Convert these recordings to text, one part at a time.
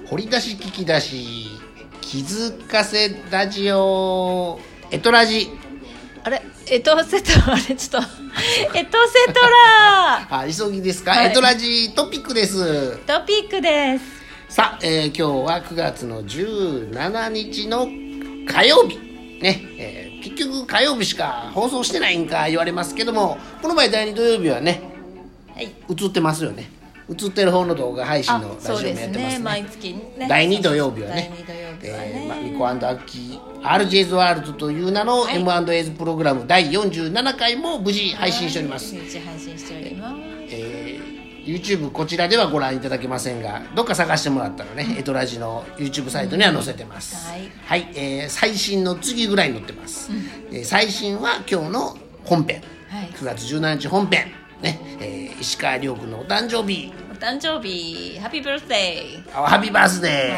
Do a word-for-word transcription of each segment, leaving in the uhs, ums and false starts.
掘り出し聞き出し気づかせラジオエトラジ。 あれエトセトラあれちょっとエトセトラあ、急ぎですか、 はい、 エトラジトピックです。 トピックです。 さあ、えー、今日はくがつのじゅうしちにちの火曜日ね、えー、結局火曜日しか放送してないんか言われますけども、この前だいに土曜日はね、はい、映ってますよね。映ってる方の動画配信のラジオもやってますね。 そうですね、毎月ねだいに土曜日はね、ミコ&アッキー アールジェイズ ワールドという名のはい、 エムアンドエーズ プログラムだいよんじゅうななかいも無事配信しております。 無事配信しております。 えー、YouTube こちらではご覧いただけませんが、どっか探してもらったらね、エトラジの YouTube サイトには載せてます、うん、はい、はい、えー、最新の次ぐらいに載ってます、うん、えー、最新は今日の本編、はい、くがつじゅうしちにち本編ね、えー、石川遼君のお誕生日お誕生日ハッピーバースデーハッピーバースデーに、はい、え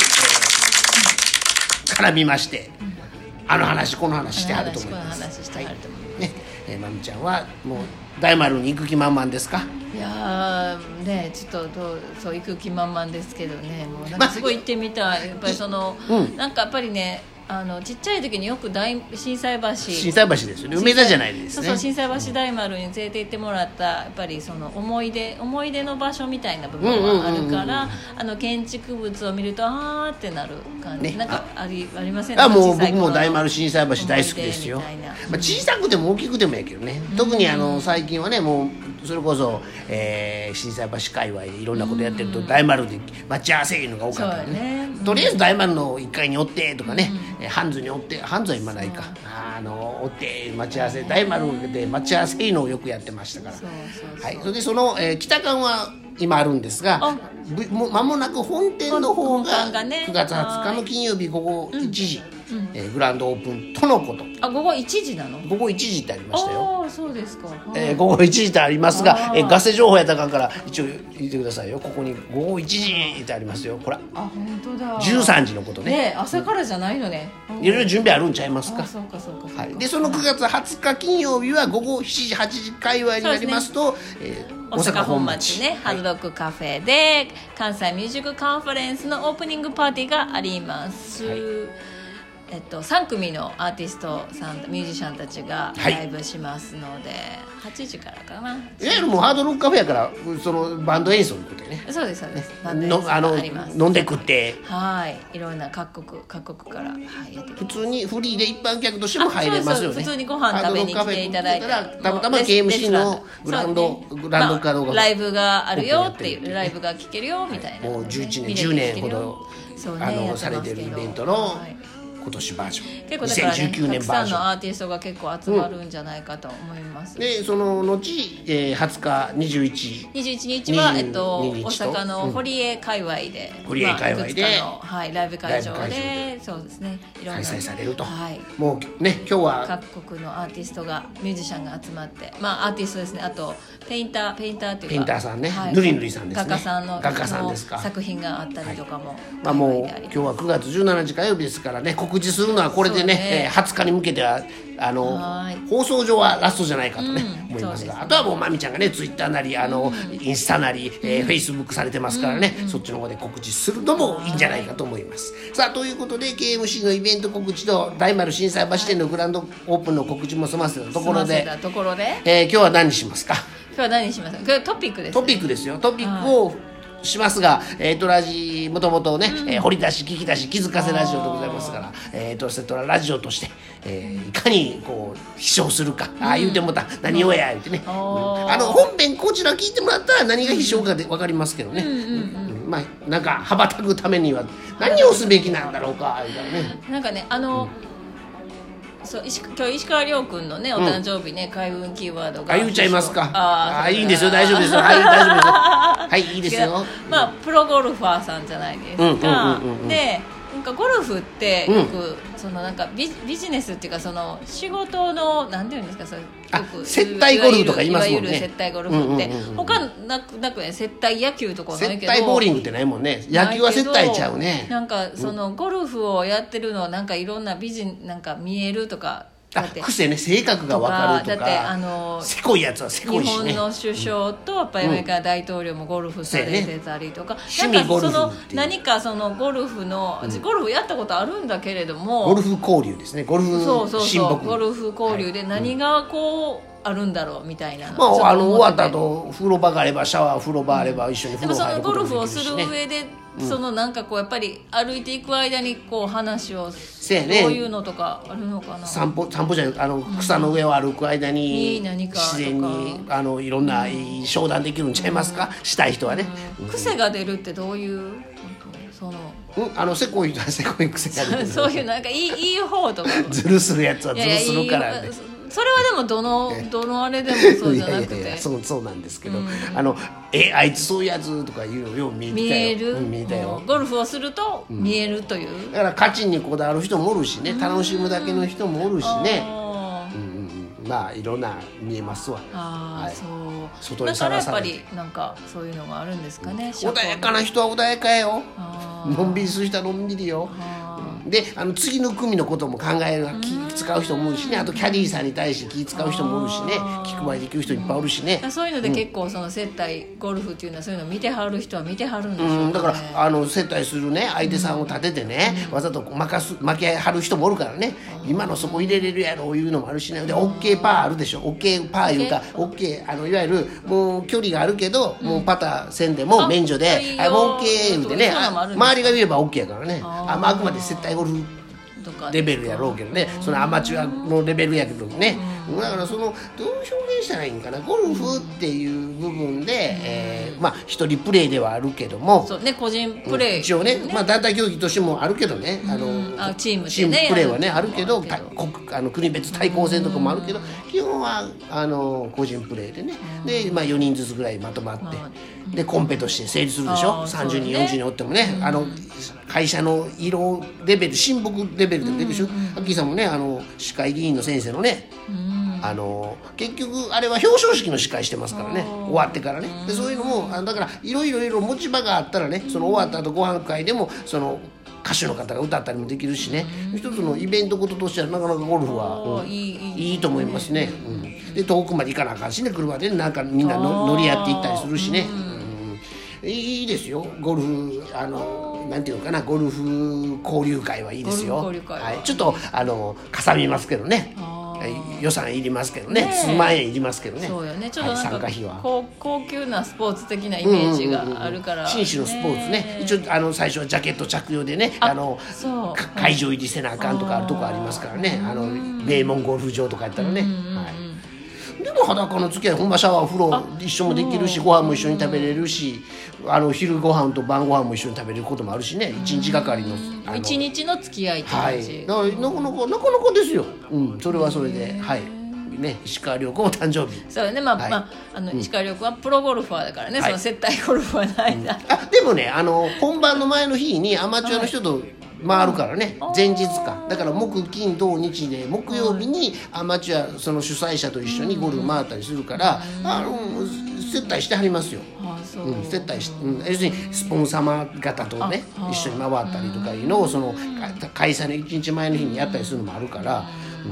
ー、絡みまして、うん、あの話この話してはると思います。はい、ね、えー、まみちゃんはもう大丸に行く気満々ですか？ いやーね、ちょっとどうそう行く気満々ですけどね、もうなんかすごい行ってみたい。やっぱりその、うん、なんかやっぱりね、あのちっちゃい時によく大心斎橋心斎橋ですよね、梅田じゃないですね。 そうそう、心斎橋大丸に連れて行ってもらったやっぱりその思い出思い出の場所みたいな部分はあるから、あの建築物を見るとあーってなる感じ、ね、なんかありありませんか？ あ、もう僕も大丸心斎橋大好きですよ。まあ、小さくても大きくてもやけどね、うん、特にあの最近はね、もうそれこそ、えー、心斎橋界隈でいろんなことやってると、うん、大丸で待ち合わせいうのが多かったね、ね、うん、とりあえず大丸のいっかいにおってとかね、うん、ハンズにおってハンズは今ないか、あのおって待ち合わせ、大丸で待ち合わせいうのをよくやってましたから。そうそうそう、はい、それでその、えー、北館は今あるんですが、もう間もなく本店の方がくがつはつかの金曜日午後いちじ、うん、えー、グランドオープンとのこと。 あ、午後いちじなの？ 午後いちじってありましたよ。 あ、そうですか、 えー、午後いちじってありますが、えー、ガセ情報やったかんから一応言ってくださいよ。ここに午後いちじってありますよ。ほら、 あ、本当だ、 じゅうさんじのことね。 ね、朝からじゃないのね、 いろいろ準備あるんちゃいますか？ あ、そうかそうかそうか、 はい、でそのくがつはつか金曜日は午後しちじはちじ界隈になりますと、えー大阪本町ね、ハードロックカフェで関西ミュージックカンファレンスのオープニングパーティーがあります、はい、えっと、さんくみのアーティストさん、ミュージシャンたちがライブしますので、はい、はちじからかな。 いわゆるもうハードロックカフェやから、そのバンド演奏のことね。 そうですそうです、バンド演奏があります。飲んで食って、 はい、いろんな各国各国から、はい、やってきます。 普通にフリーで一般客としても入れますよね。 そうそう、普通にご飯食べに来ていただいたら、 たまたま ケーエムシー のグランド、ね、グランドかどうか、 まあ、ライブがあるよっていう、ライブが聴けるよみたいな、ね、 もうじゅういちねんじゅうねんほど、ね、あのされてるイベントの、はい、今年バージョン、 結構だから、ね、 にせんじゅうきゅうねんバージョン、 たくさんのアーティストが結構集まるんじゃないかと思います、 うん、でその後、えー、はつかにじゅういちにじゅういちにちは、えっと、大阪の堀江界隈で、 うん、堀江界隈で、 まあ、はい、ライブ会場 で, でそうですね、いろんな開催されると、 はい、 もうね、今日は各国のアーティストがミュージシャンが集まって、まあアーティストですね、あとペインターペインターっていうかペインターさんね、 はい、 ぬりぬりさんですね、 画家さんの画家さんですか、 作品があったりとかも、はい、 まあ、もう今日はくがつじゅうしちにち火曜日ですからね、告知するのはこれでね、ね、えー、はつかに向けてはあの放送上はラストじゃないかとね、うん、思いますが、すね、あとはもうまみちゃんがねツイッターなりあの、うん、インスタなり、えー、フェイスブックされてますからね、うん、そっちの方で告知するのもいいんじゃないかと思います。さあ、ということで ケーエムシー のイベント告知と大丸心斎橋店のグランドオープンの告知も済ませたところで、 ところで、 えー、今日は何しますか？ 今日は何しますか？今日はトピックです、ね、 トピックですよ。トピックをしますが、えー、とラジもともとね、うん、えー、掘り出し聞き出し気づかせラジオでございますから、えー、とセトララジオとして、えー、いかにこう飛翔するか、うん、ああ言うてもた何をや言うてね、うん、あの本編こちら聞いてもらったら何が飛翔かで分かりますけどね、うんうんうんうん、まあなんか羽ばたくためには何をすべきなんだろうか言うからね、 なんかね、あの、うん、そう石今日石川遼君のねお誕生日ね、うん、開運キーワードがあ言っちゃいますか。 ああいいんですよ、大丈夫ですよ、はい、大丈夫ですよはい、いいですよ。 まあプロゴルファーさんじゃないですか、うんうんうんうん、でなんかゴルフってよく、うん、そのなんか ビ, ビジネスっていうかその仕事のなんていうんですか、それよく接待ゴルフとか言いますもんね。 いわゆる接待ゴルフって、うんうんうんうん、他なくなくね、接待野球とかないけど、 接待ボーリングってないもんね。野球は接待ちゃうね。 なんかそのゴルフをやってるのはなんかいろんなビジなんか見えるとかだって癖ね、性格が分かるとか、 だってあのせこいやつはせこいしね、 日本の首相とやっぱりアメリカ大統領もゴルフされてたりとか、 うん、ね、 なんかその趣味ゴルフっていう何かそのゴルフの、うん、ゴルフやったことあるんだけれども、 ゴルフ交流ですね、ゴルフそうそう親睦、 そうゴルフ交流で何がこう、うんあるんだろうみたいな、 まあ、あの終わった後風呂場があればシャワー風呂場あれば一緒に風呂入ることもできるし、ね、 でもそのゴルフをする上で、うん、そのなんかこうやっぱり歩いていく間にこう話をせやね、 どういうのとかあるのかな。 散歩散歩じゃない、あの草の上を歩く間に、 うん、 自然にあのいろんな商談できるんちゃいますか、うん、したい人はね、 うん、癖が出るってどういうその、 うん、あのせこい人はせこい癖が出るそういうなんかいいいい方とかずるするやつはずるするからね、 それはでもどのどのあれでもそうじゃなくていやいやそうそうなんですけど、 うん、 あのえあいつそういうやつとかいうのよう見えてたよ、 見える、 うん、見えたよ、 ゴルフをすると見えるという、 うん、だから勝ちにこだわる人もおるしね、楽しむだけの人もおるしね、うんうん、まあいろんな見えますわ。 あ、はい、そう外にさらされだからやっぱりなんかそういうのがあるんですかね、 うん、穏やかな人は穏やかよ、のんびりする人はのんびりよ、であの次の組のことも考える気使う人もおるしね、あとキャディーさんに対して気使う人もおるしね、気配りできる人いっぱいおるしね、 そういうので結構その接待、うん、ゴルフっていうのはそういうのを見てはる人は見てはるんでしょうかね、うん、 だからあの接待するね相手さんを立ててね、うん、わざと負かす負けはる人もおるからね、今のそこ入れれるやろいうのもあるしね、で OK パーあるでしょ、 OK パーいうか OK あのいわゆるもう距離があるけど、うん、もうパターせんでも免除で、あもう OK 言うてね、周りが言えば OK やからね、あ、まあ、あくまで接待ゴルフレベルやろうけどね、そのアマチュアのレベルやけどね、うん、だからそのどう表現したらいいんかな、ゴルフっていう部分で、うん、えー、まあ一人プレーではあるけども、 そうね、個人プレー、 うん、一応ね、まあ団体競技としてもあるけどね、あの、うん、あチーム、ね、チームプレーはねあるけど、国あの国別対抗戦とかもあるけど、基本はあの個人プレーでね、で、まあ、よにんずつぐらいまとまって、でコンペとして成立するでしょ、さんじゅうにん、よんじゅうにんおってもね、あの会社の色レベル、親睦レベルでも出るでしょ、アッキーさんもね、あの市会議員の先生のね、あの結局あれは表彰式の司会してますからね、終わってからね、でそういうのもだからいろいろいろ持ち場があったらね、その終わった後ご飯会でもその歌手の方が歌ったりもできるしね、一つのイベントこととしてはなかなかゴルフは、うん、いい、いいと思いますね、うん、で遠くまで行かなあかんしね、車でなんかみんなの乗り合って行ったりするしね、うん、いいですよゴルフ、あのなんていうのかな、ゴルフ交流会はいいですよ、はい、ちょっとあのかさみますけどね、予算いりますけどね、数万円いりますけどね、 そうよね、ちょっとなんか、はい、参加費は 高, 高級なスポーツ的なイメージがあるから、 紳士のスポーツね、一応あの最初はジャケット着用でね、あの会場入りせなあかんとかあるとこありますからね、あの名門ゴルフ場とかやったらね、はい、でも裸の付き合い、ほんまシャワーお風呂一緒もできるし、ご飯も一緒に食べれるし、あの昼ご飯と晩ご飯も一緒に食べれることもあるしね、一日がかりの一日の付き合いって感じ、 はい、だからなかなかなかなかですよ、うん、それはそれで、はいね、石川遼子も誕生日、 そうね、まあ、はい、まあ、あの石川遼子はプロゴルファーだからね、はい、その接待ゴルフはないんだ、 うん、あでもね、あの本番の前の日にアマチュアの人と回るからね、はい、前日か、だから木金土日で木曜日にアマチュアその主催者と一緒にゴルフ回ったりするから、うん、あの接待してはりますよ、うん、接待し、うん、要するにスポンサー方とね一緒に回ったりとかいうのをその開催のいちにちまえの日にやったりするのもあるから、うん、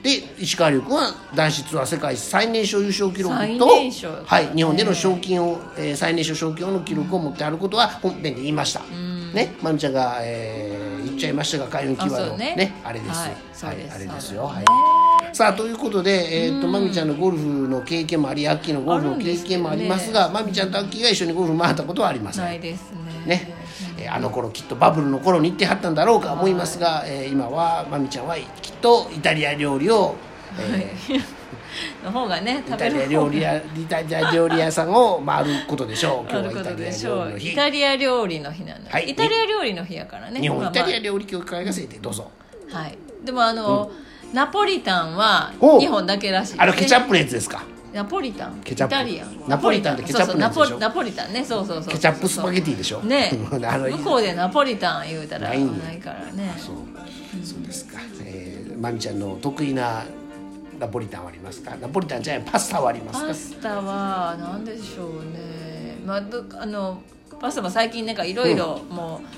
で石川遼君は男子ツアー世界最年少優勝記録と、はい、日本での賞金を、えー、最年少賞金王の記録を持ってあることは本編で言いました、ね、まみちゃんが、えー、言っちゃいましたが開運キーワード ね, ねあれです、はい、はい、あれですよ、はい、さあということで、えーと、まみちゃんのゴルフの経験もあり、アッキーのゴルフの経験もありますが、まみちゃんとアッキーが一緒にゴルフ回ったことはありません。 ないですね。 ね、えー、あの頃きっとバブルの頃に行ってはったんだろうか思いますが、えー、今はまみちゃんはきっとイタリア料理を、えーの方がね、 イタリア料理屋、イタリア料理屋さんを回ることでしょう。今日はイタリア料理の日。 イタリア料理の日なの。はい、イタリア料理の日やからね。 日本イタリア料理協会が制定、どうぞ。 はい。でもあの、うん、ナポリタンは日本だけらしい、ね。 あのケチャップのやつですか。 ナポリタン。 ケチャップ。 イタリアン。 ナポリタンってケチャップのやつでしょ。 ナポリタンね、そうそうそう。 ケチャップスパゲティでしょ。 ね。向こうでナポリタン言うたらないからね。 そう、そうですか。えー、まみちゃんの得意なナポリタンはありますか？ナポリタンじゃないパスタはありますか？ パスタは何でしょうね、まあ、あのパスタも最近なんかいろいろもう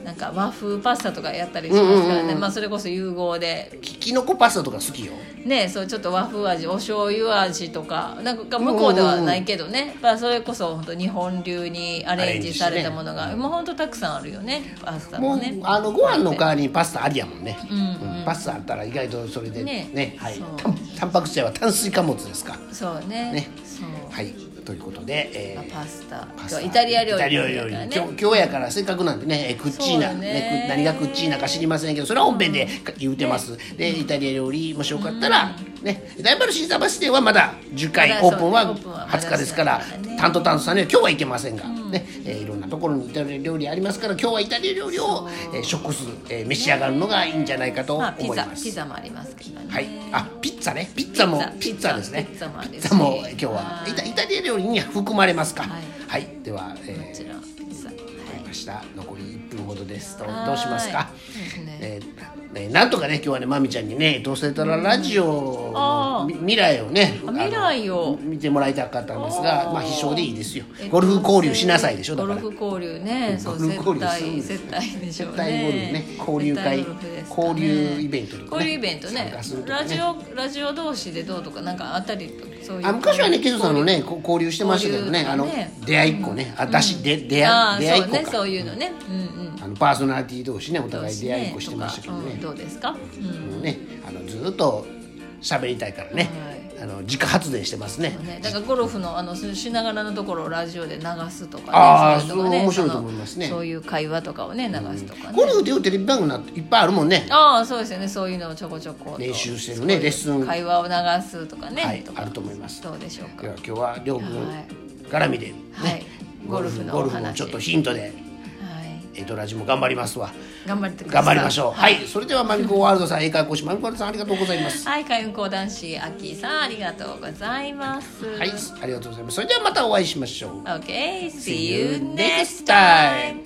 なんか和風パスタとかやったりしますからね、 うんうんうん、 まあ、それこそ融合でききのこパスタとか好きよね、そうちょっと和風味お醤油味とかなんか向こうではないけどね、うんうんうん、まあ、それこそ本当日本流にアレンジされたものが、ね、もう本当たくさんあるよねパスタもね。 もうあのご飯の代わりにパスタありやもんね、 うんうんうん、パスタあったら意外とそれで ね, ねはい、タンパク質は炭水化物ですか。 そうねね、 そうはいということで、えー、 パスタパスタイタリア料理、 イタリア料理、ね、今, 日今日やからせっかくなんでねクッチーナ、ねね、何がクッチーナか知りませんけどそれは本編で言うてます、うん、でイタリア料理もしよかったら、うん、ね、大丸新坂橋店はまだじゅっかいオープンははつかですから担当担当さんには今日は行けませんが、うん、ね、えー、いろんなところにイタリア料理ありますから今日はイタリア料理を、えー、食す、えー、召し上がるのがいいんじゃないかと思います、 まあ、ピザ、ピザもありますけどね。 はい、あピッツァねピッツァもピッツァですね。 ピッツァもあるしピッツァも今日はイタ、イタリア料理に含まれますか。はい、はい、では、えー、 もちろんピッツァ、はい、 わかりました。残りいっぷんほどですとどうしますか。 ね、 えーえー、なんとかね今日はねまみちゃんにねどうせたらラジオの未来をね未来を見てもらいたかったんですが、まあ秘書でいいですよ。ゴルフ交流しなさいでしょ。だからゴルフ交流ね、そう接待接待でしょうね。 接待ゴルフね、交流会、ね、交流イベントとかね。 交流イベントね。ねラジオラジオ同士でどうとかなんかあったりとそういう。 あ昔はねケイトさんのね交流してましたけどね、ね、あの出会いっ子ね、あだし、うん、で出会出会いっ子か。そうね、 そういうのね。うんうん。 あのパーソナリティ同士ねお互い出会いっ子してましたけどね。 うん、どうですか。 うん、ね、あのずっと喋りたいからね、はい、あの自家発電してますね。 ね、だからゴルフのあのしながらのところをラジオで流すとかね。 ああ、 そういう、 ね、面白いと思いますね。 そういう会話とかをね流すとかね。 ゴルフでいうテレビ番組いっぱいあるもんね。 ああ、そうですよね。そういうのをちょこちょこ練習してるねレッスン会話を流すとかね。 はい、 とかあると思います。 どうでしょうか。 では今日は両軍絡みで、ね、 はい、ゴルフのお話、 ゴルフもちょっとヒントで。エドラジも頑張りますわ。 頑張ってください。 頑張りましょう。はい、はい、それではマミコワールドさん英会講師マミコワールドさんありがとうございます。 はい、開運講談師アッキーさんありがとうございます。 はい、ありがとうございます。それではまたお会いしましょう。 Okay, see you next time.